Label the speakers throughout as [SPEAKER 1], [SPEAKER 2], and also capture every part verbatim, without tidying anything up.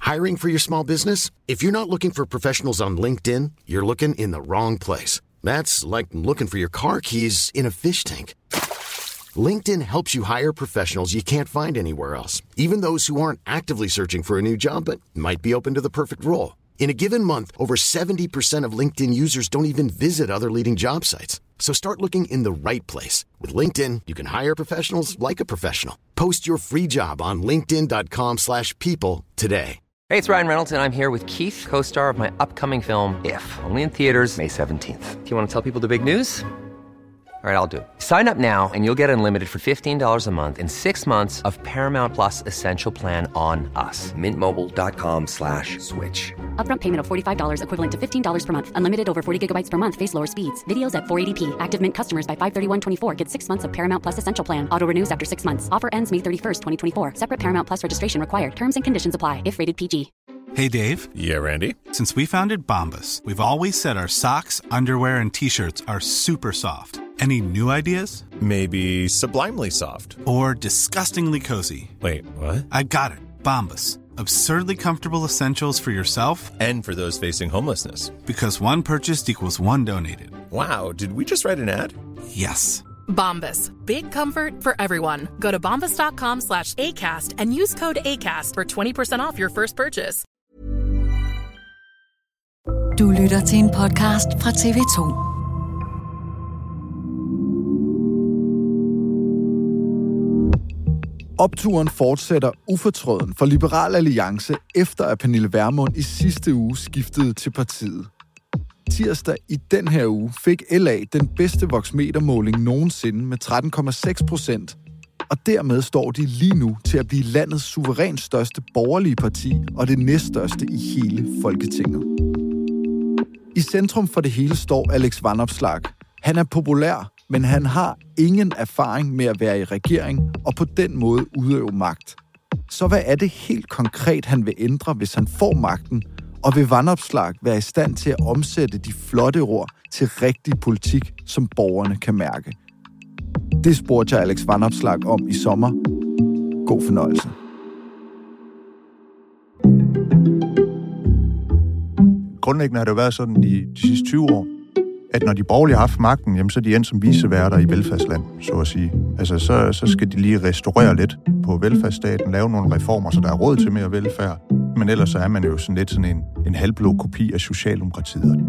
[SPEAKER 1] Hiring for your small business? If you're not looking for professionals on LinkedIn, you're looking in the wrong place. That's like looking for your car keys in a fish tank. LinkedIn helps you hire professionals you can't find anywhere else, even those who aren't actively searching for a new job but might be open to the perfect role. In a given month, over seventy percent of LinkedIn users don't even visit other leading job sites. So start looking in the right place. With LinkedIn, you can hire professionals like a professional. Post your free job on linkedin dot com slash people today.
[SPEAKER 2] Hey, it's Ryan Reynolds, and I'm here with Keith, co-star of my upcoming film, If, only in theaters May seventeenth. Do you want to tell people the big news? All right, I'll do it. Sign up now and you'll get unlimited for fifteen dollars a month and six months of Paramount Plus Essential Plan on us. Mint Mobile dot com slash switch.
[SPEAKER 3] Upfront payment of forty-five dollars equivalent to fifteen dollars per month. Unlimited over forty gigabytes per month. Face lower speeds. Videos at four eighty p. Active Mint customers by five thirty-one twenty-four get six months of Paramount Plus Essential Plan. Auto renews after six months. Offer ends May thirty-first, twenty twenty-four. Separate Paramount Plus registration required. Terms and conditions apply if rated P G.
[SPEAKER 4] Hey, Dave.
[SPEAKER 5] Yeah, Randy.
[SPEAKER 4] Since we founded Bombas, we've always said our socks, underwear, and T-shirts are super soft. Any new ideas?
[SPEAKER 5] Maybe sublimely soft.
[SPEAKER 4] Or disgustingly cozy.
[SPEAKER 5] Wait, what?
[SPEAKER 4] I got it. Bombas. Absurdly comfortable essentials for yourself
[SPEAKER 5] and for those facing homelessness.
[SPEAKER 4] Because one purchased equals one donated.
[SPEAKER 5] Wow, did we just write an ad?
[SPEAKER 4] Yes.
[SPEAKER 6] Bombas. Big comfort for everyone. Go to bombas dot com slash ACAST and use code ACAST for twenty percent off your first purchase.
[SPEAKER 7] Du lytter til en podcast fra T V to.
[SPEAKER 8] Opturen fortsætter ufortrøden for Liberal Alliance, efter at Pernille Vermund i sidste uge skiftede til partiet. Tirsdag i den her uge fik L A den bedste voksmetermåling nogensinde med tretten komma seks procent, og dermed står de lige nu til at blive landets suverænt største borgerlige parti og det næststørste i hele Folketinget. I centrum for det hele står Alex Vanopslagh. Han er populær, men han har ingen erfaring med at være i regering og på den måde udøve magt. Så hvad er det helt konkret, han vil ændre, hvis han får magten? Og vil Vanopslagh være i stand til at omsætte de flotte ord til rigtig politik, som borgerne kan mærke? Det spurgte jeg Alex Vanopslagh om i sommer. God fornøjelse.
[SPEAKER 9] Grundlæggende har det jo været sådan de, de sidste tyve år, at når de borgerlige har haft magten, jamen, så er de endt som viceværter i velfærdsland, så at sige. Altså, så, så skal de lige restaurere lidt på velfærdsstaten, lave nogle reformer, så der er råd til mere velfærd. Men ellers så er man jo sådan lidt sådan en, en halvblå kopi af Socialdemokratiet.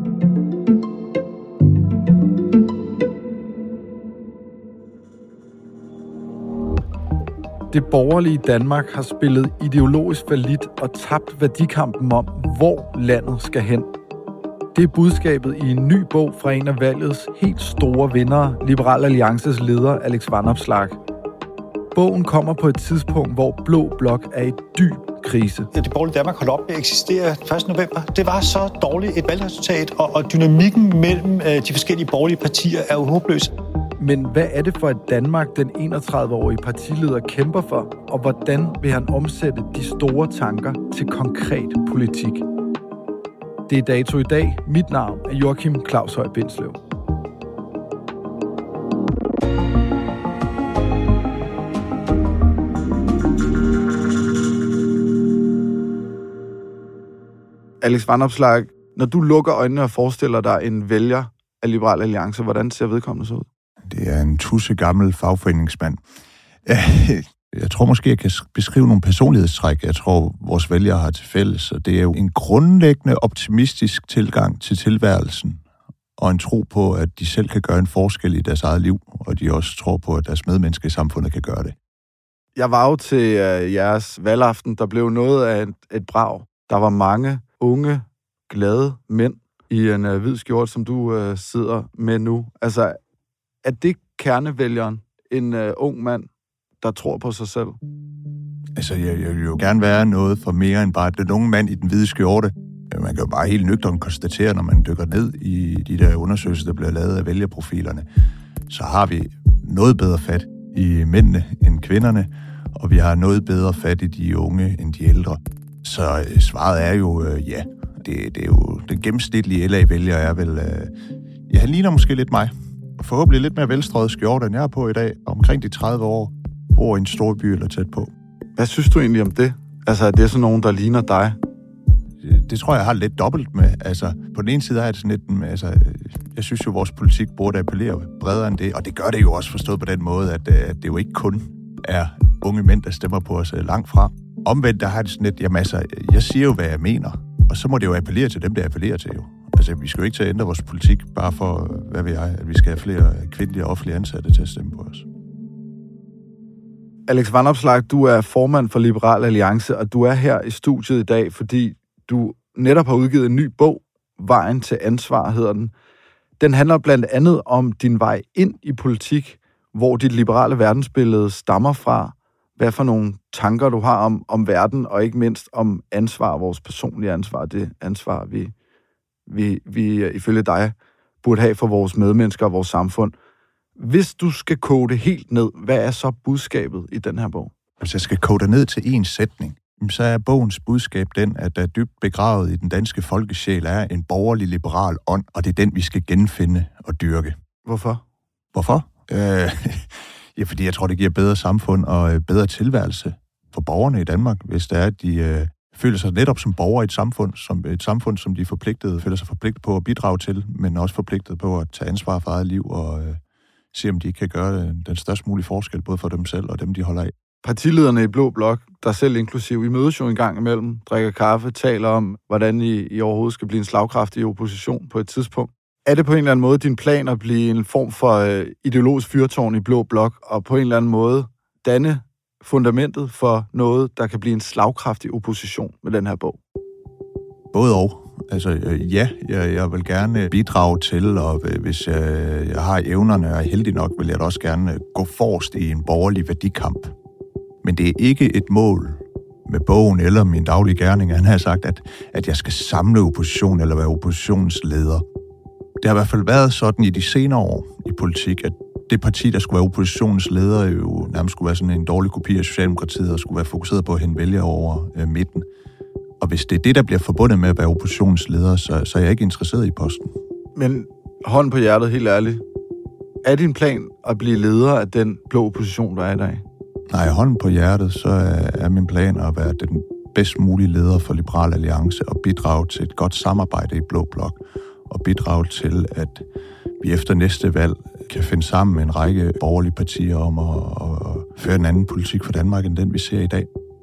[SPEAKER 8] Det borgerlige Danmark har spillet ideologisk fallit og tabt værdikampen om, hvor landet skal hen. Det er budskabet i en ny bog fra en af valgets helt store vindere, Liberal Alliances leder Alex Vanopslagh. Bogen kommer på et tidspunkt, hvor Blå Blok er i dyb krise.
[SPEAKER 10] Det borgerlige Danmark holdt op med at eksistere første november. Det var så dårligt et valgresultat, og, og dynamikken mellem øh, de forskellige borgerlige partier er jo håbløs.
[SPEAKER 8] Men hvad er det for et Danmark, den enogtredive-årige partileder kæmper for, og hvordan vil han omsætte de store tanker til konkret politik? Det er Dato i dag. Mit navn er Joachim Claus Høj Bindslev. Alex Vanopslagh, når du lukker øjnene og forestiller dig en vælger af Liberal Alliance, hvordan ser vedkommende så ud?
[SPEAKER 9] Det er en tusse gammel fagforeningsmand. Jeg tror måske, jeg kan beskrive nogle personlighedstræk, jeg tror, vores vælgere har til fælles. Og det er jo en grundlæggende optimistisk tilgang til tilværelsen, og en tro på, at de selv kan gøre en forskel i deres eget liv, og de også tror på, at deres medmennesker i samfundet kan gøre det.
[SPEAKER 8] Jeg var jo til uh, jeres valgaften, der blev noget af et, et brag. Der var mange unge, glade mænd i en uh, hvid skjort, som du uh, sidder med nu. Altså, er det kernevælgeren, en uh, ung mand, der tror på sig selv?
[SPEAKER 9] Altså, jeg, jeg vil jo gerne være noget for mere end bare den unge mand i den hvide skjorte. Man kan jo bare helt nøgternt konstatere, når man dykker ned i de der undersøgelser, der bliver lavet af vælgerprofilerne, så har vi noget bedre fat i mændene end kvinderne, og vi har noget bedre fat i de unge end de ældre. Så øh, svaret er jo øh, ja. Det, det er jo den gennemsnitlige L A-vælger er vel... Øh, ja, han ligner måske lidt mig. Forhåbentlig lidt mere velstrøget skjorte, end jeg er på i dag. Omkring de tredive år, bor i en stor by eller tæt på.
[SPEAKER 8] Hvad synes du egentlig om det? Altså, er det sådan nogen, der ligner dig?
[SPEAKER 9] det tror jeg, jeg har lidt dobbelt med. Altså, på den ene side er det sådan lidt, altså, jeg synes jo, vores politik burde appellere bredere end det, og det gør det jo også forstået på den måde, at, at det jo ikke kun er unge mænd, der stemmer på os langt fra. Omvendt, der har det sådan lidt, jamen altså, jeg siger jo, hvad jeg mener, og så må det jo appellere til dem, der appellerer til jo. Altså, vi skal jo ikke til at ændre vores politik, bare for, hvad ved jeg, at vi skal have flere kvindelige og offentlige ansatte til at stemme på os.
[SPEAKER 8] Alex Vanopslagh, du er formand for Liberal Alliance, og du er her i studiet i dag, fordi du netop har udgivet en ny bog, Vejen til ansvar hedder den. Den handler blandt andet om din vej ind i politik, hvor dit liberale verdensbillede stammer fra, hvad for nogle tanker du har om, om verden, og ikke mindst om ansvar, vores personlige ansvar, det ansvar, vi, vi, vi ifølge dig burde have for vores medmennesker og vores samfund. Hvis du skal koge det helt ned, hvad er så budskabet i den her bog?
[SPEAKER 9] Hvis jeg skal koge det ned til én sætning, så er bogens budskab den, at der dybt begravet i den danske folkesjæl er en borgerlig liberal ånd, og det er den, vi skal genfinde og dyrke.
[SPEAKER 8] Hvorfor?
[SPEAKER 9] Hvorfor? Øh, ja, fordi jeg tror, det giver bedre samfund og bedre tilværelse for borgerne i Danmark, hvis det er, at de øh, føler sig netop som borgere i et samfund, som et samfund, som de er forpligtet, føler sig forpligtet på at bidrage til, men også forpligtet på at tage ansvar for eget liv og øh, se, om de kan gøre den størst mulige forskel, både for dem selv og dem, de holder af.
[SPEAKER 8] Partilederne i Blå Blok, der selv inklusiv, I mødes jo en gang imellem, drikker kaffe, taler om, hvordan I, I overhovedet skal blive en slagkraftig opposition på et tidspunkt. Er det på en eller anden måde din plan at blive en form for øh, ideologisk fyrtårn i Blå Blok, og på en eller anden måde danne fundamentet for noget, der kan blive en slagkraftig opposition med den her bog?
[SPEAKER 9] Både og. Altså, ja, jeg, jeg vil gerne bidrage til, og hvis jeg, jeg har evnerne og er heldig nok, vil jeg da også gerne gå forrest i en borgerlig værdikamp. Men det er ikke et mål med bogen eller min daglige gerning. Han har sagt, at, at jeg skal samle oppositionen eller være oppositionens leder. Det har i hvert fald været sådan i de senere år i politik, at det parti, der skulle være oppositionens leder, jo nærmest skulle være sådan en dårlig kopi af Socialdemokratiet og skulle være fokuseret på at hente vælgere over øh, midten. Og hvis det er det, der bliver forbundet med at være oppositionens leder, så, så er jeg ikke interesseret i posten.
[SPEAKER 8] Men hånd på hjertet, helt ærligt. Er din plan at blive leder af den blå opposition, der er i dag?
[SPEAKER 9] Nej, hånden på hjertet, så er min plan at være den bedst mulige leder for Liberal Alliance og bidrage til et godt samarbejde i Blå Blok og bidrage til, at vi efter næste valg kan finde sammen med en række borgerlige partier om at, at føre en anden politik for Danmark, end den vi ser i dag.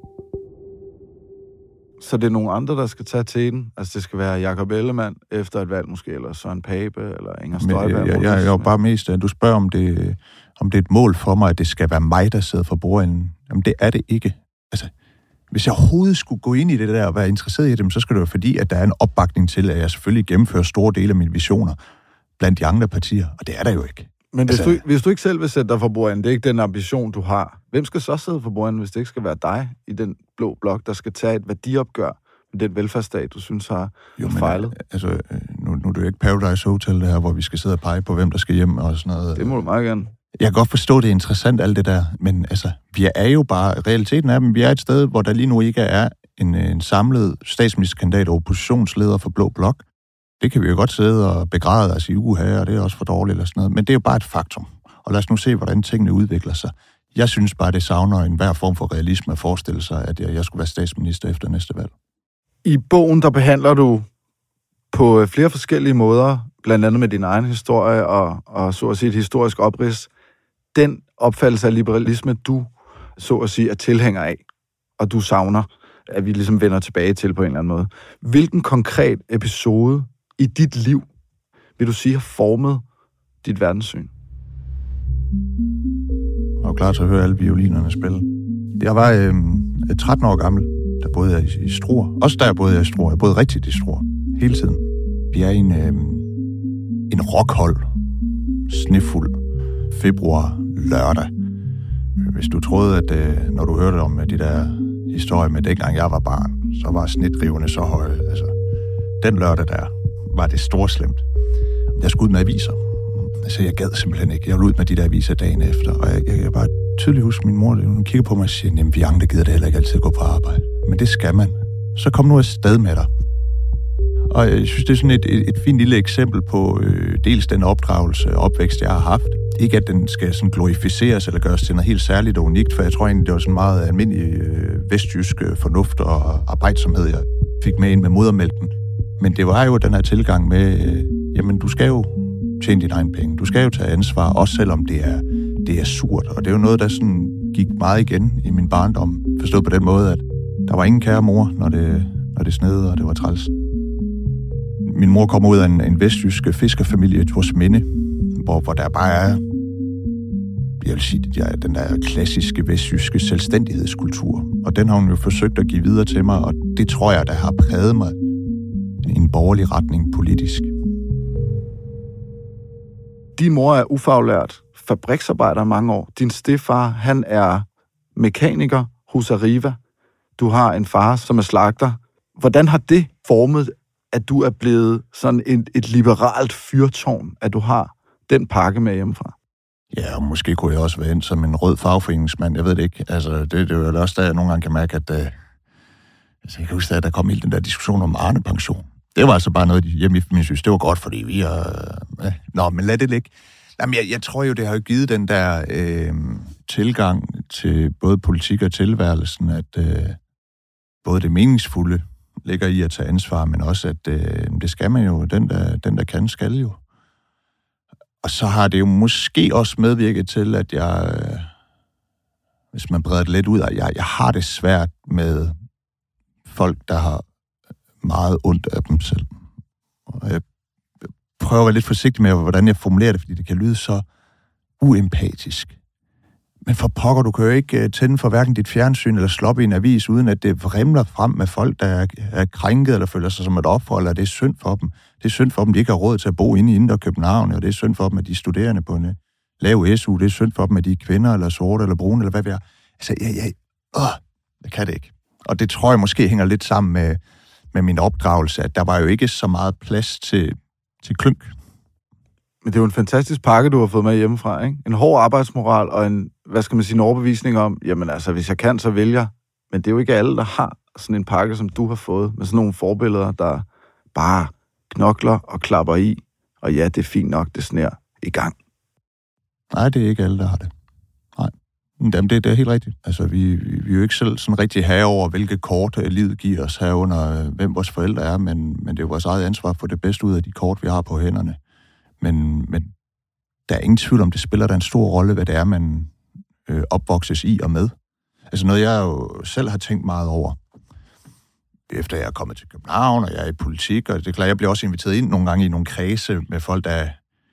[SPEAKER 8] Så det er nogle andre, der skal tage til den? Altså det skal være Jakob Ellemann efter et valg måske, eller Søren Pape, eller Inger Støjberg?
[SPEAKER 9] Jeg, jeg, jeg er jo bare mest, at du spørger, om det, om det er et mål for mig, at det skal være mig, der sidder for bordenden. Jamen det er det ikke. Altså, hvis jeg overhovedet skulle gå ind i det der og være interesseret i dem, så skal det være fordi, at der er en opbakning til, at jeg selvfølgelig gennemfører store dele af mine visioner blandt de andre partier, og det er der jo ikke.
[SPEAKER 8] Men hvis,
[SPEAKER 9] altså,
[SPEAKER 8] du, hvis du ikke selv vil sætte dig for bordenden, det er ikke den ambition, du har. Hvem skal så sidde for bordenden, hvis det ikke skal være dig i den blå blok, der skal tage et værdiopgør med den velfærdsstat, du synes har jo, men, fejlet?
[SPEAKER 9] Altså, nu, nu er det jo ikke Paradise Hotel, det her, hvor vi skal sidde og pege på, hvem der skal hjem og sådan noget.
[SPEAKER 8] Det må du meget gerne.
[SPEAKER 9] Jeg kan godt forstå, det er interessant, alt det der, men altså, vi er jo bare, realiteten er, men vi er et sted, hvor der lige nu ikke er en, en samlet statsministerkandidat og oppositionsleder for Blå Blok. Det kan vi jo godt sidde og begræde os i uge, og det er også for dårligt eller sådan noget, men det er jo bare et faktum. Og lad os nu se, hvordan tingene udvikler sig. Jeg synes bare, det savner en hver form for realisme at forestille sig, at jeg, jeg skulle være statsminister efter næste valg.
[SPEAKER 8] I bogen, der behandler du på flere forskellige måder, blandt andet med din egen historie og, og så at sige et historisk oprids, den opfattelse af liberalisme, du så at sige er tilhænger af, og du savner, at vi ligesom vender tilbage til på en eller anden måde. Hvilken konkret episode i dit liv, vil du sige, har formet dit verdenssyn?
[SPEAKER 9] Jeg var klar til at høre alle violinerne spille. Jeg var øh, tretten år gammel, der boede jeg i, i Struer. Også der boede jeg i Struer. Jeg boede rigtigt i Struer. Hele tiden. Vi er i en, øh, en rockhold. Snefuld. Februar lørdag. Hvis du troede, at øh, når du hørte om de der historier med dengang jeg var barn, så var snedriverne så høje. Altså, den lørdag der var det storslemt. Jeg skulle ud med aviser. Altså, jeg gad simpelthen ikke. Jeg ville ud med de der aviser dagen efter, og jeg, jeg, jeg bare tydeligt huske min mor, hun kigger på mig og siger, jamen, vi andre gider det heller ikke altid gå på arbejde. Men det skal man. Så kom nu afsted med dig. Og jeg synes, det er sådan et, et, et fint lille eksempel på øh, dels den opdragelse og opvækst, jeg har haft. Ikke, at den skal sådan glorificeres eller gøres til noget helt særligt og unikt, for jeg tror egentlig, det var sådan meget almindelig øh, vestjysk øh, fornuft og arbejdsomhed, jeg, fik med ind med modermælken. Men det var jo den her tilgang med, øh, jamen du skal jo tjene dine egne penge. Du skal jo tage ansvar, også selvom det er, det er surt. Og det er jo noget, der sådan gik meget igen i min barndom. Forstået på den måde, at der var ingen kære mor, når det, når det snede, og det var træls. Min mor kom ud af en, en vestjysk fiskerfamilie i Torsminde, hvor, hvor der bare er, jeg vil sige, det er den der klassiske vestjyske selvstændighedskultur. Og den har hun jo forsøgt at give videre til mig, og det tror jeg, der har præget mig i en borgerlig retning politisk.
[SPEAKER 8] Din mor er ufaglært fabriksarbejder mange år. Din stedfar, han er mekaniker hos Arriva. Du har en far, som er slagter. Hvordan har det formet, at du er blevet sådan et, et liberalt fyrtårn, at du har den pakke med hjemmefra?
[SPEAKER 9] Ja, og måske kunne jeg også være ind som en rød fagforeningsmand. Jeg ved det ikke. Altså, det, det er jo også der, jeg nogle gange kan mærke, at... Uh, altså, jeg kan huske, at der kom hele den der diskussion om Arne-pension. Det var altså bare noget, hjemme i min synes, det var godt, fordi vi er... Uh, nå, men lad det ligge. Jamen, jeg, jeg tror jo, det har jo givet den der øh, tilgang til både politik og tilværelsen, at øh, både det meningsfulde ligger i at tage ansvar, men også, at øh, det skal man jo, den der, den der kan, skal jo. Og så har det jo måske også medvirket til, at jeg, øh, hvis man breder det lidt ud, at jeg, jeg har det svært med folk, der har meget ondt af dem selv. Og jeg prøver at være lidt forsigtig med, hvordan jeg formulerer det, fordi det kan lyde så uempatisk. Men for pokker, du kan jo ikke tænde for hverken dit fjernsyn eller slå op i en avis, uden at det vrimler frem med folk, der er, er krænket eller føler sig som et offer, eller det er synd for dem. Det er synd for dem, de ikke har råd til at bo inde i Indre København, og det er synd for dem, at de er studerende på en lav S U. Det er synd for dem, at de er kvinder, eller sorte, eller brune, eller hvad vi er. Altså, jeg, jeg, åh, jeg kan det ikke. Og det tror jeg måske hænger lidt sammen med, med min opdragelse, at der var jo ikke så meget plads til til klynk.
[SPEAKER 8] Men det er jo en fantastisk pakke, du har fået med hjemmefra, ikke? En hård arbejdsmoral og en, hvad skal man sige, en overbevisning om, jamen altså, hvis jeg kan, så vælger jeg. Men det er jo ikke alle, der har sådan en pakke, som du har fået, med sådan nogle forbilleder, der bare knokler og klapper i, og ja, det er fint nok, det sner i gang.
[SPEAKER 9] Nej, det er ikke alle, der har det. Nej. Jamen, det, det er helt rigtigt. Altså, vi, vi, vi er jo ikke selv sådan rigtig herre over, hvilke kort livet giver os herunder, hvem vores forældre er, men, men det er jo vores eget ansvar for det bedste ud af de kort, vi har på hænderne. Men, men der er ingen tvivl om, det spiller der en stor rolle, hvad det er, man øh, opvokses i og med. Altså noget, jeg jo selv har tænkt meget over, efter jeg er kommet til København, og jeg er i politik, og det er klart, jeg bliver også inviteret ind nogle gange i nogle kredse med folk, der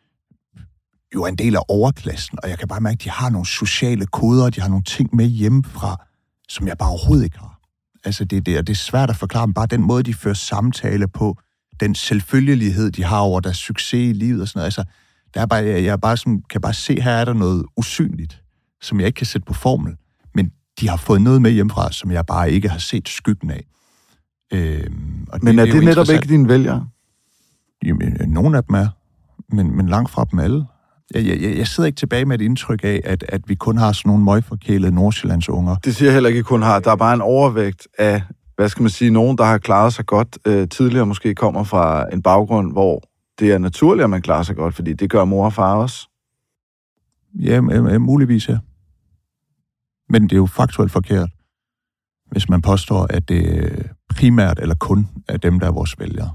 [SPEAKER 9] jo er en del af overklassen, og jeg kan bare mærke, at de har nogle sociale koder, de har nogle ting med hjemmefra, som jeg bare overhovedet ikke har. Altså, det, det, det er svært at forklare, men bare den måde, de fører samtale på, den selvfølgelighed, de har over deres succes i livet og sådan noget. Altså, der er bare, jeg, jeg bare sådan, kan bare se, her er der noget usynligt, som jeg ikke kan sætte på formel, men de har fået noget med hjemmefra, som jeg bare ikke har set skyggen af. Øhm, og
[SPEAKER 8] men
[SPEAKER 9] det,
[SPEAKER 8] er
[SPEAKER 9] det,
[SPEAKER 8] det netop ikke dine vælgere?
[SPEAKER 9] Jamen, nogle af dem er, men, men langt fra dem alle. Jeg, jeg, jeg sidder ikke tilbage med et indtryk af, at, at vi kun har sådan nogle møgforkælede Nordsjællands unger.
[SPEAKER 8] Det siger heller ikke, at kun har. Der er bare en overvægt af, hvad skal man sige, nogen, der har klaret sig godt øh, tidligere, måske kommer fra en baggrund, hvor det er naturligt, at man klarer sig godt, fordi det gør mor og far også.
[SPEAKER 9] Ja, muligvis, ja. Men det er jo faktuelt forkert, hvis man påstår, at det primært eller kun er dem, der er vores vælgere.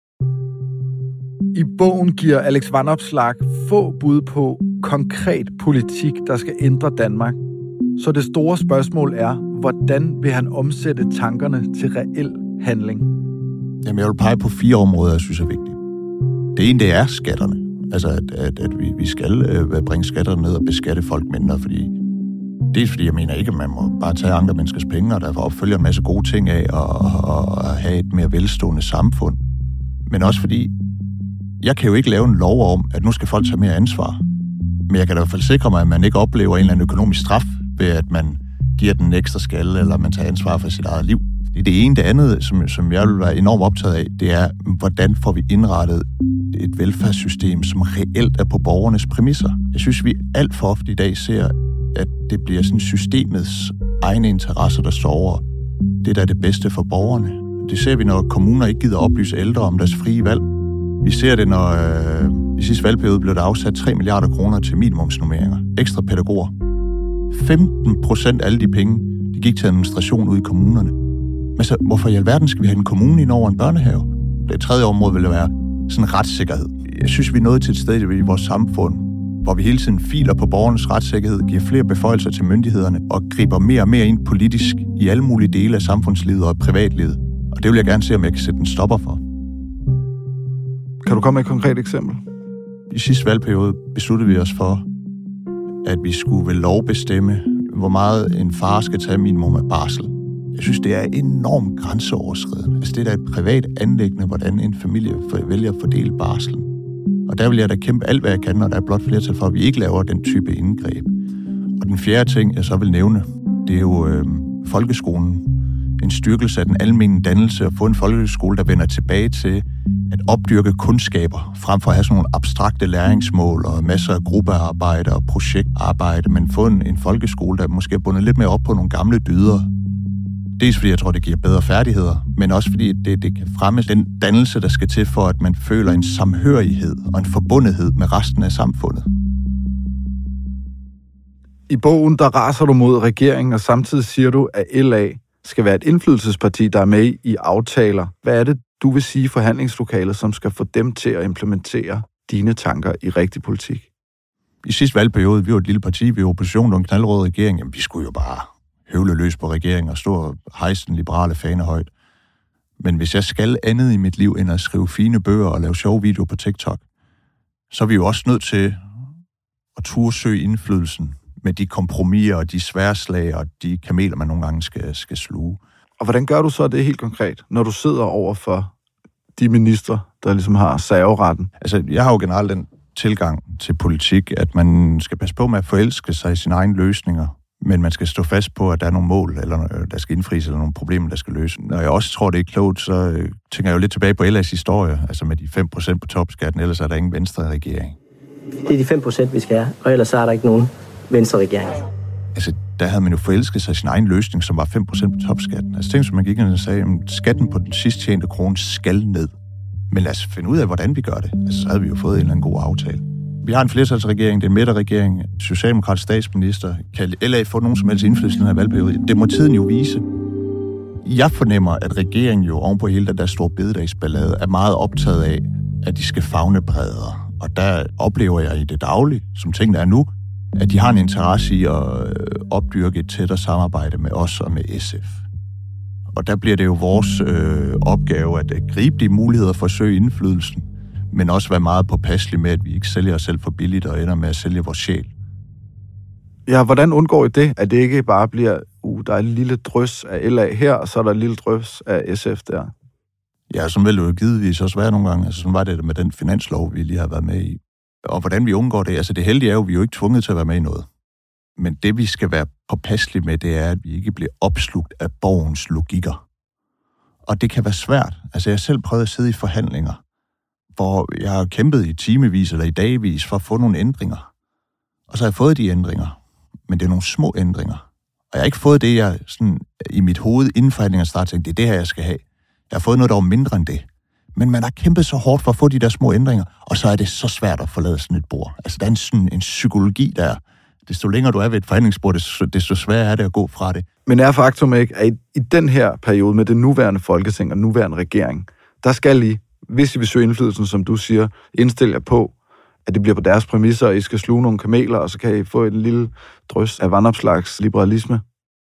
[SPEAKER 8] I bogen giver Alex Vanopslagh få bud på konkret politik, der skal ændre Danmark. Så det store spørgsmål er, hvordan vil han omsætte tankerne til reel handling?
[SPEAKER 9] Jamen, jeg vil pege på fire områder, jeg synes er vigtige. Det ene, det er skatterne. Altså, at, at, at vi, vi skal øh, bringe skatterne ned og beskatte folk mindre, fordi dels fordi jeg mener ikke, at man må bare tage andre menneskers penge, og derfor opfølger en masse gode ting af og, og, og have et mere velstående samfund. Men også fordi, jeg kan jo ikke lave en lov om, at nu skal folk tage mere ansvar. Men jeg kan da i hvert fald sikre mig, at man ikke oplever en eller anden økonomisk straf ved, at man giver den en ekstra skalle, eller man tager ansvar for sit eget liv. Det er det ene. Det andet, som, som jeg vil være enormt optaget af, det er, hvordan får vi indrettet et velfærdssystem, som reelt er på borgernes præmisser. Jeg synes, vi alt for ofte i dag ser, at det bliver sådan systemets egne interesser, der står over det, der er det bedste for borgerne. Det ser vi, når kommuner ikke gider oplyse ældre om deres frie valg. Vi ser det, når øh, i sidste valgperiode blev der afsat tre milliarder kroner til minimumsnormeringer. Ekstra pædagoger. femten procent af alle de penge, de gik til administration ude i kommunerne. Men så, hvorfor i alverden skal vi have en kommune ind over en børnehave? Det tredje område vil være sådan retssikkerhed. Jeg synes, vi er nået til et sted i vores samfund, hvor vi hele tiden filer på borgernes retssikkerhed, giver flere beføjelser til myndighederne og griber mere og mere ind politisk i alle mulige dele af samfundslivet og privatlivet. Og det vil jeg gerne se, om jeg kan sætte en stopper for.
[SPEAKER 8] Kan du komme med et konkret eksempel?
[SPEAKER 9] I sidste valgperiode besluttede vi os for, at vi skulle ved lov bestemme, hvor meget en far skal tage minimum af barsel. Jeg synes, det er enormt grænseoverskridende. Altså, det er da et privat anliggende, hvordan en familie vælger at fordele barslen. Og der vil jeg da kæmpe alt, hvad jeg kan, og der er blot flertal for, at vi ikke laver den type indgreb. Og den fjerde ting, jeg så vil nævne, det er jo øh, folkeskolen. En styrkelse af den almene dannelse, og få en folkeskole, der vender tilbage til at opdyrke kundskaber, frem for at have sådan nogle abstrakte læringsmål og masser af gruppearbejde og projektarbejde, men få en, en folkeskole, der måske er bundet lidt mere op på nogle gamle dyder. Dels fordi jeg tror, det giver bedre færdigheder, men også fordi det, det kan fremme den dannelse, der skal til for, at man føler en samhørighed og en forbundethed med resten af samfundet.
[SPEAKER 8] I bogen, der raser du mod regeringen, og samtidig siger du, at L A skal være et indflydelsesparti, der er med i aftaler. Hvad er det, du vil sige i forhandlingslokalet, som skal få dem til at implementere dine tanker i rigtig politik?
[SPEAKER 9] I sidste valgperiode, vi var et lille parti, vi var opposition og en knaldrød regering, jamen vi skulle jo bare høvle løs på regeringen og stå og hejse den liberale fane højt. Men hvis jeg skal andet i mit liv, end at skrive fine bøger og lave sjove videoer på TikTok, så er vi jo også nødt til at turde søge indflydelsen med de kompromiser og de sværslag og de kameler, man nogle gange skal, skal sluge.
[SPEAKER 8] Og hvordan gør du så det helt konkret, når du sidder over for de ministre, der ligesom har serveretten?
[SPEAKER 9] Altså, jeg har jo generelt den tilgang til politik, at man skal passe på med at forelske sig i sine egne løsninger, men man skal stå fast på, at der er nogle mål, eller der skal indfries, eller nogle problemer, der skal løses. Når jeg også tror, det er klogt, så tænker jeg jo lidt tilbage på L A's historie, altså med de fem procent på topskatten, ellers er der ingen venstre regering.
[SPEAKER 11] Det er de fem procent, vi skal have, og ellers er der ikke nogen venstre regering.
[SPEAKER 9] Altså, der havde man jo forelsket sig i sin egen løsning, som var fem procent på topskatten. Altså, tænk, som man gik ind og sagde, at skatten på den sidst tjente krone skal ned. Men lad os finde ud af, hvordan vi gør det. Altså, så havde vi jo fået en eller anden god aftale. Vi har en flertalsregering, det er en midterregering, socialdemokratisk statsminister. Kan L A få nogen som helst indflydelse i den her valgperiode? Det må tiden jo vise. Jeg fornemmer, at regeringen jo ovenpå hele den der store bededagsballade er meget optaget af, at de skal favne bredere. Og der oplever jeg i det daglige, som tingene er nu, at de har en interesse i at opdyrke et tættere samarbejde med os og med S F. Og der bliver det jo vores øh, opgave at gribe de muligheder for at søge indflydelsen, men også være meget påpasselige med, at vi ikke sælger os selv for billigt og ender med at sælge vores sjæl.
[SPEAKER 8] Ja, hvordan undgår I det, at det ikke bare bliver, uh, der er et lille drøs af L A her, og så er der et lille drøs af S F der?
[SPEAKER 9] Ja, sådan vil det jo givetvis også være nogle gange. Altså, sådan var det med den finanslov, vi lige har været med i. Og hvordan vi undgår det, altså det heldige er jo, at vi er jo ikke tvunget til at være med i noget. Men det, vi skal være påpasselige med, det er, at vi ikke bliver opslugt af borgens logikker. Og det kan være svært. Altså, jeg har selv prøvet at sidde i forhandlinger, hvor jeg har kæmpet i timevis eller i dagvis for at få nogle ændringer. Og så har jeg fået de ændringer, men det er nogle små ændringer. Og jeg har ikke fået det, jeg sådan, i mit hoved inden forhandlingerne starter tænkte, det er det her, jeg skal have. Jeg har fået noget, der var mindre end det. Men man har kæmpet så hårdt for at få de der små ændringer, og så er det så svært at forlade sådan et bord. Altså, der er en, sådan en psykologi der. Desto længere du er ved et forhandlingsbord, desto, desto sværere er det at gå fra det.
[SPEAKER 8] Men er faktum ikke, at i, i den her periode med det nuværende folketing og nuværende regering, der skal I, hvis I vil søge indflydelsen, som du siger, indstille jer på, at det bliver på deres præmisser, og I skal sluge nogle kameler, og så kan I få en lille drøs af vandopslags liberalisme?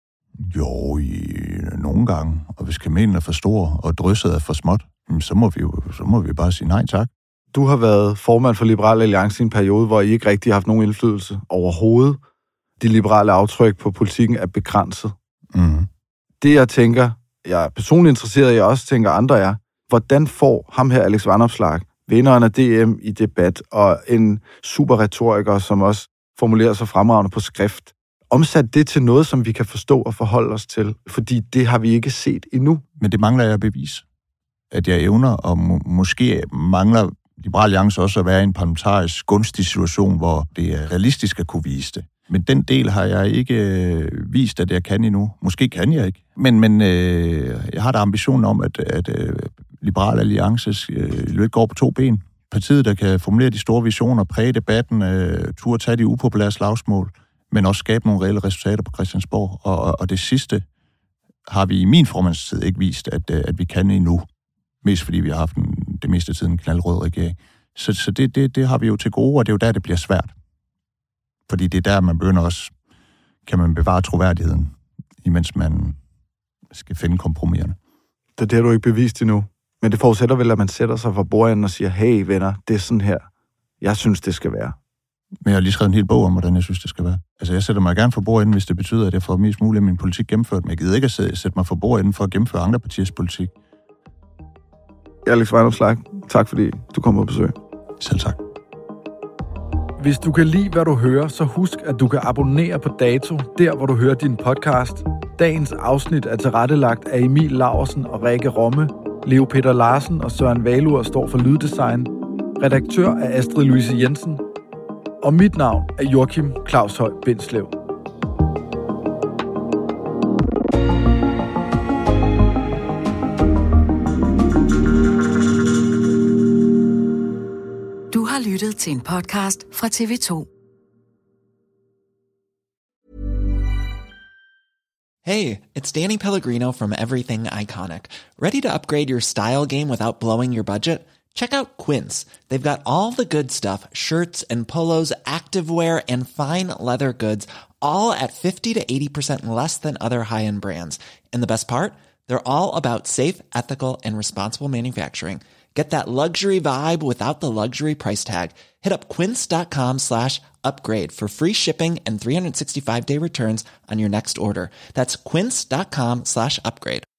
[SPEAKER 9] Jo, i nogle gange. Og hvis kamelen er for stor, og drysset er for småt, så må vi jo så må vi bare sige nej tak.
[SPEAKER 8] Du har været formand for Liberal Alliance i en periode, hvor I ikke rigtig har haft nogen indflydelse overhovedet. De liberale aftryk på politikken er begrænset.
[SPEAKER 9] Mm.
[SPEAKER 8] Det, jeg tænker, jeg er personligt interesseret i, jeg også tænker andre er, hvordan får ham her, Alex Vanopslagh, vinderen af D M i debat, og en superretoriker, som også formulerer sig fremragende på skrift, omsat det til noget, som vi kan forstå og forholde os til, fordi det har vi ikke set endnu.
[SPEAKER 9] Men det mangler jeg at bevise, at jeg evner, og må, måske mangler Liberal Alliance også at være i en parlamentarisk gunstig situation, hvor det er realistisk at kunne vise det. Men den del har jeg ikke øh, vist, at jeg kan endnu. Måske kan jeg ikke. Men, men øh, jeg har da ambitionen om, at, at øh, Liberal Alliances øh, løb går på to ben. Partiet, der kan formulere de store visioner, præge debatten, øh, turde tage de upopulære slagsmål, men også skabe nogle reelle resultater på Christiansborg. Og, og det sidste har vi i min formandstid ikke vist, at, at vi kan endnu. Mest fordi vi har haft en, det meste af tiden en knaldrød regering. Så, så det, det, det har vi jo til gode, og det er jo der, det bliver svært. Fordi det er der, man begynder også, kan man bevare troværdigheden, imens man skal finde kompromiserne.
[SPEAKER 8] Det er det, har du ikke bevist endnu. Men det forudsætter vel, at man sætter sig for bordenden og siger, hey venner, det er sådan her, jeg synes, det skal være.
[SPEAKER 9] Men jeg har lige skrevet en hel bog om, hvordan jeg synes, det skal være. Altså, jeg sætter mig gerne for bordenden, hvis det betyder, at jeg får mest muligt af min politik gennemført. Men jeg gider ikke at sætte mig for bordenden for at gennemføre andre partiers politik.
[SPEAKER 8] Alex Vanopslagh, tak fordi du kom på besøg.
[SPEAKER 9] Selv tak.
[SPEAKER 8] Hvis du kan lide, hvad du hører, så husk, at du kan abonnere på Dato, der hvor du hører din podcast. Dagens afsnit er tilrettelagt af Emil Laursen og Rikke Romme. Leo Peter Larsen og Søren Valur står for lyddesign. Redaktør er Astrid Louise Jensen. Og mit navn er Joachim Claus Høj Bindslev.
[SPEAKER 7] Du har lyttet til en podcast fra T V to.
[SPEAKER 12] Hey, it's Danny Pellegrino from Everything Iconic. Ready to upgrade your style game without blowing your budget? Check out Quince. They've got all the good stuff, shirts and polos, activewear, and fine leather goods, all at fifty to eighty percent less than other high-end brands. And the best part? They're all about safe, ethical, and responsible manufacturing. Get that luxury vibe without the luxury price tag. Hit up quince.com slash upgrade for free shipping and three sixty-five day returns on your next order. That's quince.com slash upgrade.